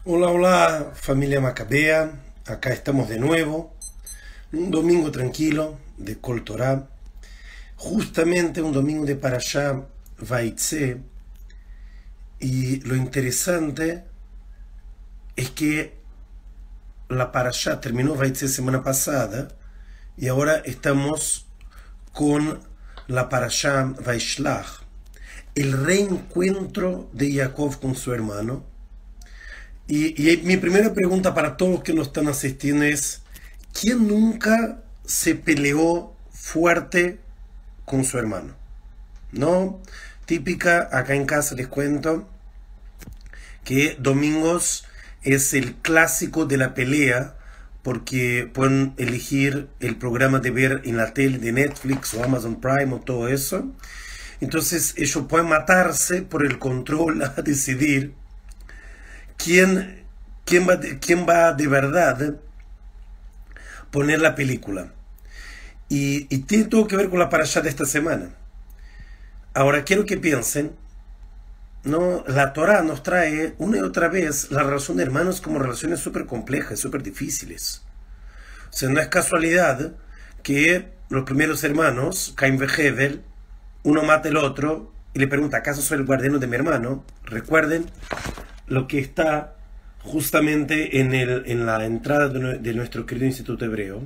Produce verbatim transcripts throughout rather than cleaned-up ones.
Hola, hola familia Macabea, acá estamos de nuevo, un domingo tranquilo de Kol Torah, justamente un domingo de Parashá Vaytze, y lo interesante es que la Parashá terminó Vaytze semana pasada y ahora estamos con la Parashá Vaishlach, el reencuentro de Jacob con su hermano. Y, y mi primera pregunta para todos los que nos están asistiendo es, ¿quién nunca se peleó fuerte con su hermano? ¿No? Típica, acá en casa les cuento que domingos es el clásico de la pelea porque pueden elegir el programa de ver en la tele de Netflix o Amazon Prime o todo eso. Entonces ellos pueden matarse por el control a decidir quién, quién, va, de, quién va de verdad poner la película. Y, y tiene todo que ver con la parashá de esta semana. Ahora quiero que piensen, ¿no? La Torah nos trae una y otra vez la relación de hermanos como relaciones súper complejas, súper difíciles. O sea, no es casualidad que los primeros hermanos, Caín y Hebel, uno mata al otro y le pregunta, ¿acaso soy el guardián de mi hermano? Recuerden lo que está justamente en, el, en la entrada de, de nuestro querido Instituto Hebreo.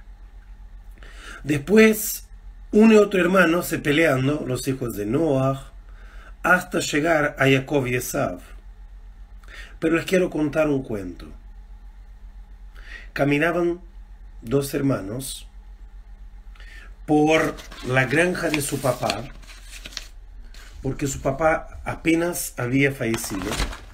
Después, uno y otro hermano se peleando, los hijos de Noah, hasta llegar a Jacob y Esav. Pero les quiero contar un cuento. Caminaban dos hermanos por la granja de su papá, porque su papá apenas había fallecido,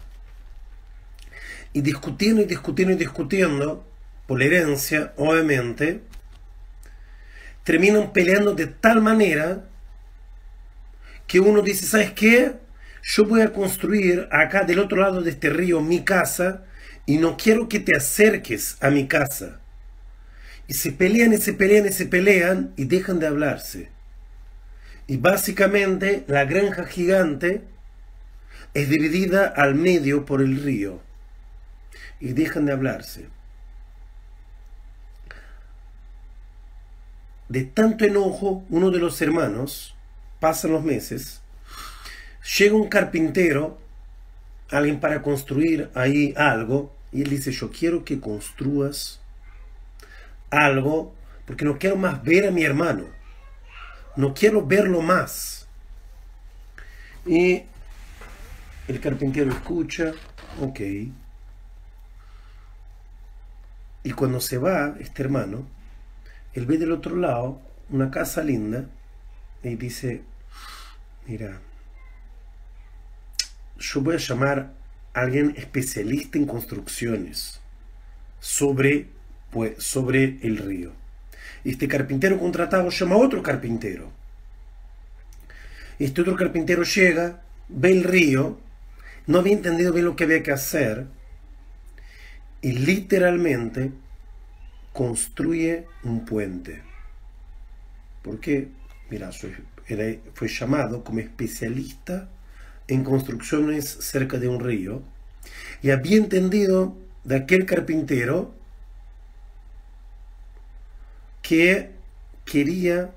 y discutiendo y discutiendo y discutiendo por la herencia, obviamente, terminan peleando de tal manera que uno dice, ¿sabes qué? Yo voy a construir acá del otro lado de este río mi casa y no quiero que te acerques a mi casa. Y se pelean y se pelean y se pelean y dejan de hablarse. Y básicamente la granja gigante es dividida al medio por el río. Y dejan de hablarse. De tanto enojo, uno de los hermanos, pasan los meses, llega un carpintero, alguien para construir ahí algo, y él dice, yo quiero que construas algo, porque no quiero más ver a mi hermano, no quiero verlo más. Y el carpintero escucha, ok, y cuando se va este hermano, él ve del otro lado una casa linda y dice, mira, yo voy a llamar a alguien especialista en construcciones sobre, pues, sobre el río. Este carpintero contratado llama a otro carpintero. Este otro carpintero llega, ve el río, no había entendido bien lo que había que hacer y literalmente construye un puente. ¿Por qué? Mira, fue llamado como especialista en construcciones cerca de un río y había entendido de aquel carpintero que quería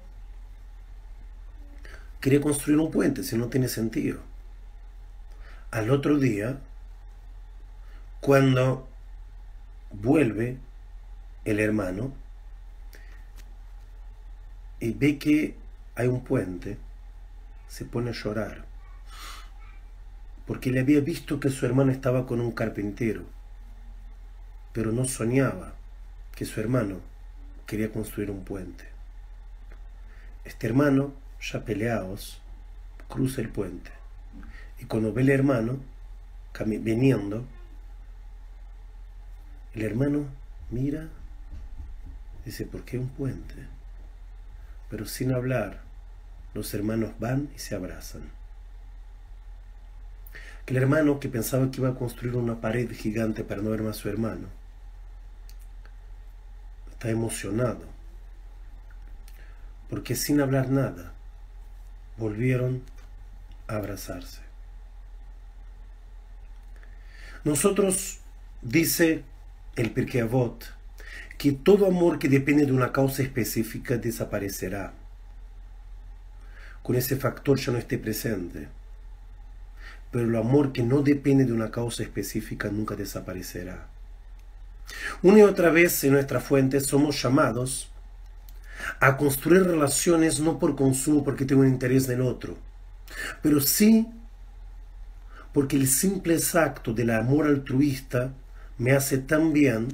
quería construir un puente, si no tiene sentido. Al otro día, cuando vuelve el hermano y ve que hay un puente, se pone a llorar porque le había visto que su hermano estaba con un carpintero, pero no soñaba que su hermano quería construir un puente. Este hermano, ya peleados, cruza el puente y cuando ve al hermano viniendo, el hermano mira, dice, ¿por qué un puente? Pero sin hablar, los hermanos van y se abrazan. El hermano, que pensaba que iba a construir una pared gigante para no ver más a su hermano, está emocionado, porque sin hablar nada, volvieron a abrazarse. Nosotros dice el Pirkei Avot que todo amor que depende de una causa específica desaparecerá. Con ese factor ya no esté presente. Pero el amor que no depende de una causa específica nunca desaparecerá. Una y otra vez en nuestras fuentes somos llamados a construir relaciones no por consumo, porque tengo un interés en el otro, pero sí porque el simple acto del amor altruista me hace tan bien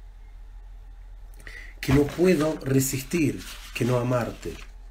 que no puedo resistir que no amarte.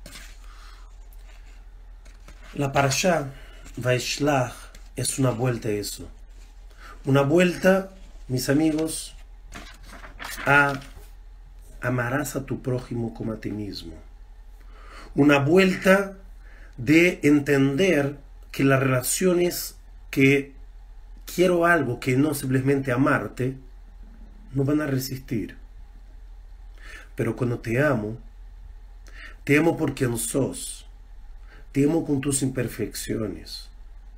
La parashá Vaishlach es una vuelta a eso. Una vuelta, mis amigos, a amarás a tu prójimo como a ti mismo. Una vuelta de entender que las relaciones que quiero algo que no simplemente amarte, no van a resistir. Pero cuando te amo, te amo por quien sos. Te amo con tus imperfecciones.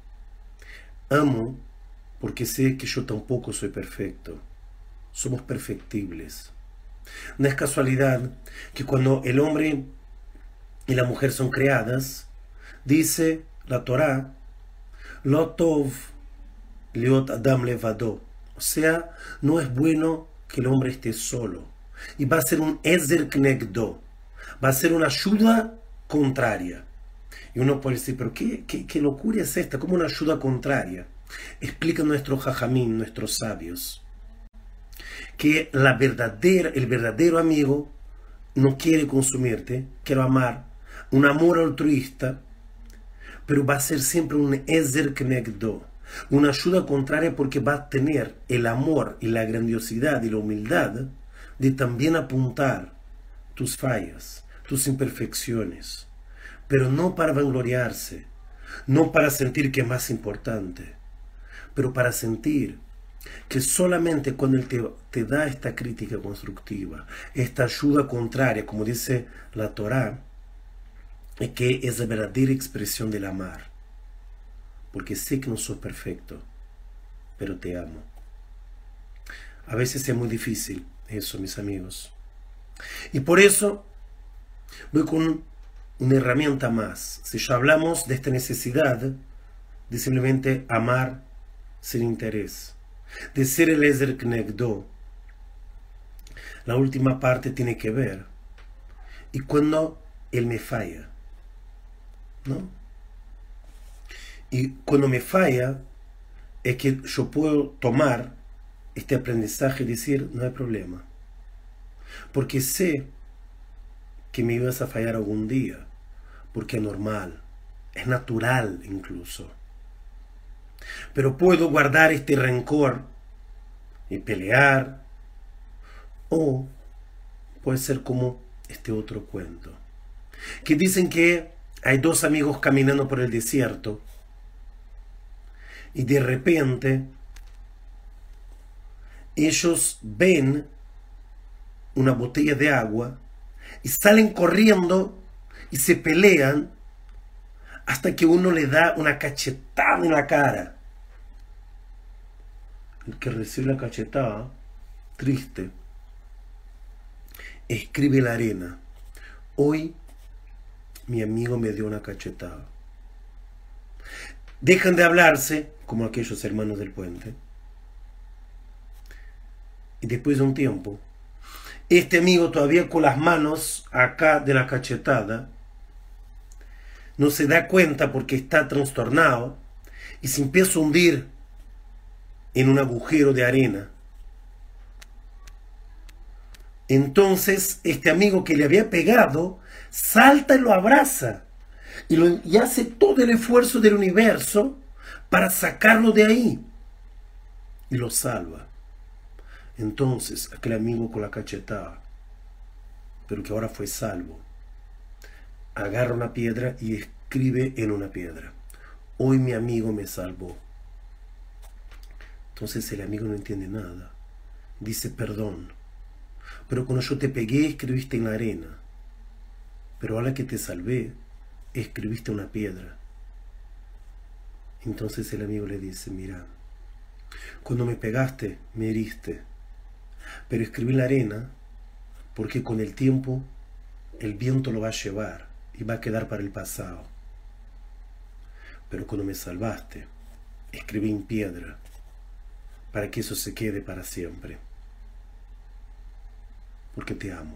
Amo porque sé que yo tampoco soy perfecto. Somos perfectibles. No es casualidad que cuando el hombre y la mujer son creadas, dice la Torá, Lo tov liot adam levado. O sea, no es bueno que el hombre esté solo. Y va a ser un ezer knegdo. Va a ser una ayuda contraria. Y uno puede decir, pero ¿qué, qué, qué locura es esta? ¿Cómo una ayuda contraria? Explican nuestros jajamín, nuestros sabios, que la verdadera, el verdadero amigo no quiere consumirte, quiere amar, un amor altruista, pero va a ser siempre un ezer knegdo, una ayuda contraria, porque va a tener el amor y la grandiosidad y la humildad de también apuntar tus fallas, tus imperfecciones, pero no para vangloriarse, no para sentir que es más importante, pero para sentir que solamente cuando Él te, te da esta crítica constructiva, esta ayuda contraria, como dice la Torá, es que es la verdadera expresión del amar. Porque sé que no sos perfecto, pero te amo. A veces es muy difícil eso, mis amigos. Y por eso voy con una herramienta más. Si ya hablamos de esta necesidad de simplemente amar sin interés, de ser el ezer knegdo, la última parte tiene que ver y cuando él me falla, ¿no? Y cuando me falla es que yo puedo tomar este aprendizaje y decir, no hay problema, porque sé que me ibas a fallar algún día, porque es normal, es natural incluso. Pero puedo guardar este rencor y pelear, o puede ser como este otro cuento, que dicen que hay dos amigos caminando por el desierto y de repente ellos ven una botella de agua y salen corriendo y se pelean hasta que uno le da una cachetada en la cara. El que recibe la cachetada, triste, escribe en la arena, hoy mi amigo me dio una cachetada. Dejan de hablarse, como aquellos hermanos del puente. Y después de un tiempo, este amigo todavía con las manos acá de la cachetada, no se da cuenta porque está trastornado y se empieza a hundir en un agujero de arena. Entonces este amigo que le había pegado salta y lo abraza y, lo, y hace todo el esfuerzo del universo para sacarlo de ahí y lo salva. Entonces aquel amigo con la cachetada, pero que ahora fue salvo, agarra una piedra y escribe en una piedra, hoy mi amigo me salvó. Entonces el amigo no entiende nada, dice perdón, pero cuando yo te pegué escribiste en la arena, pero ahora que te salvé escribiste una piedra. Entonces el amigo le dice, mira, Cuando me pegaste, me heriste, pero escribí en la arena porque con el tiempo el viento lo va a llevar y va a quedar para el pasado. Pero cuando me salvaste, escribí en piedra para que eso se quede para siempre. Porque te amo.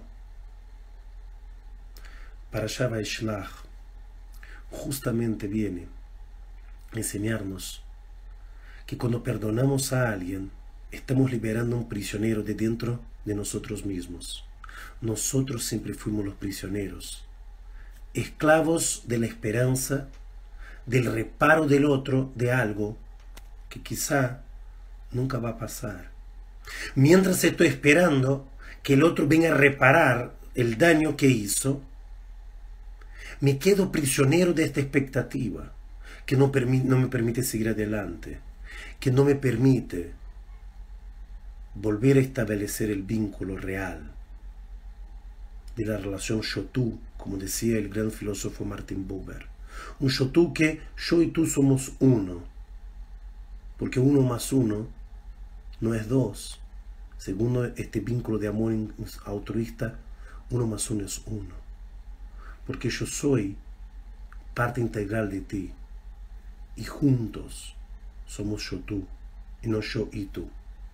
Parashá Vaishlach justamente viene a enseñarnos que cuando perdonamos a alguien, estamos liberando a un prisionero de dentro de nosotros mismos. Nosotros siempre fuimos los prisioneros, esclavos de la esperanza, del reparo del otro, de algo que quizá nunca va a pasar. Mientras estoy esperando que el otro venga a reparar el daño que hizo, me quedo prisionero de esta expectativa que no, no me permite seguir adelante, que no me permite volver a establecer el vínculo real de la relación yo-tú, como decía el gran filósofo Martin Buber. Un yo-tú que yo y tú somos uno, porque uno más uno no es dos. Según este vínculo de amor altruista, uno más uno es uno. Porque yo soy parte integral de ti. Y juntos somos yo-tú, y no yo y tú.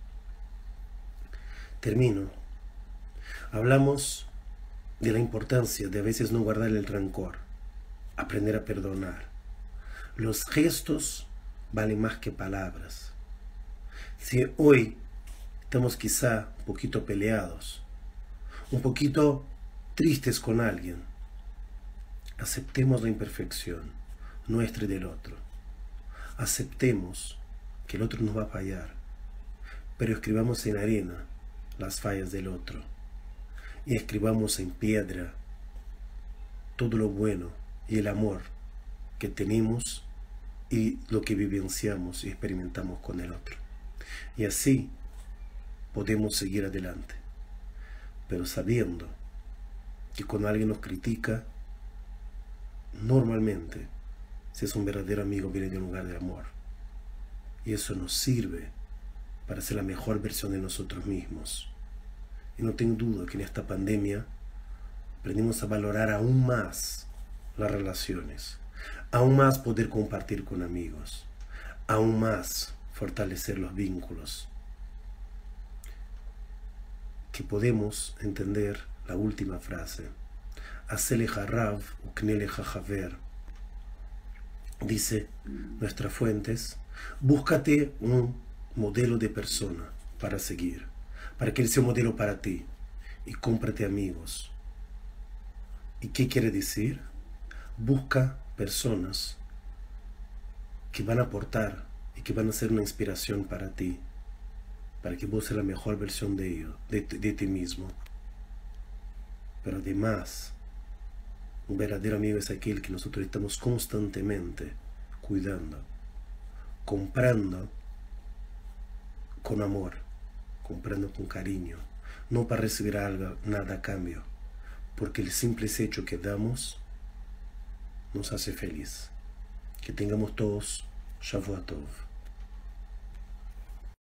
Termino. Hablamos de la importancia de a veces no guardar el rencor, aprender a perdonar. Los gestos valen más que palabras. Si hoy estamos quizá un poquito peleados, un poquito tristes con alguien, aceptemos la imperfección nuestra y del otro. Aceptemos que el otro nos va a fallar, pero escribamos en arena las fallas del otro y escribamos en piedra todo lo bueno y el amor que tenemos y lo que vivenciamos y experimentamos con el otro. Y así podemos seguir adelante, pero sabiendo que cuando alguien nos critica, normalmente, si es un verdadero amigo, viene de un lugar de amor. Y eso nos sirve para ser la mejor versión de nosotros mismos. Y no tengo duda que en esta pandemia aprendimos a valorar aún más las relaciones, aún más poder compartir con amigos, aún más fortalecer los vínculos. Que podemos entender la última frase. Hacele harav uknele hajaver. Dice nuestras fuentes, búscate un modelo de persona para seguir, para que él sea un modelo para ti, y cómprate amigos. ¿Y qué quiere decir? Busca personas que van a aportar y que van a ser una inspiración para ti, para que vos seas la mejor versión de ellos, de, de ti mismo. Pero además, un verdadero amigo es aquel que nosotros estamos constantemente cuidando, comprando con amor, comprando con cariño, no para recibir algo, nada a cambio, porque el simple hecho que damos nos hace feliz. Que tengamos todos Shavua Tov.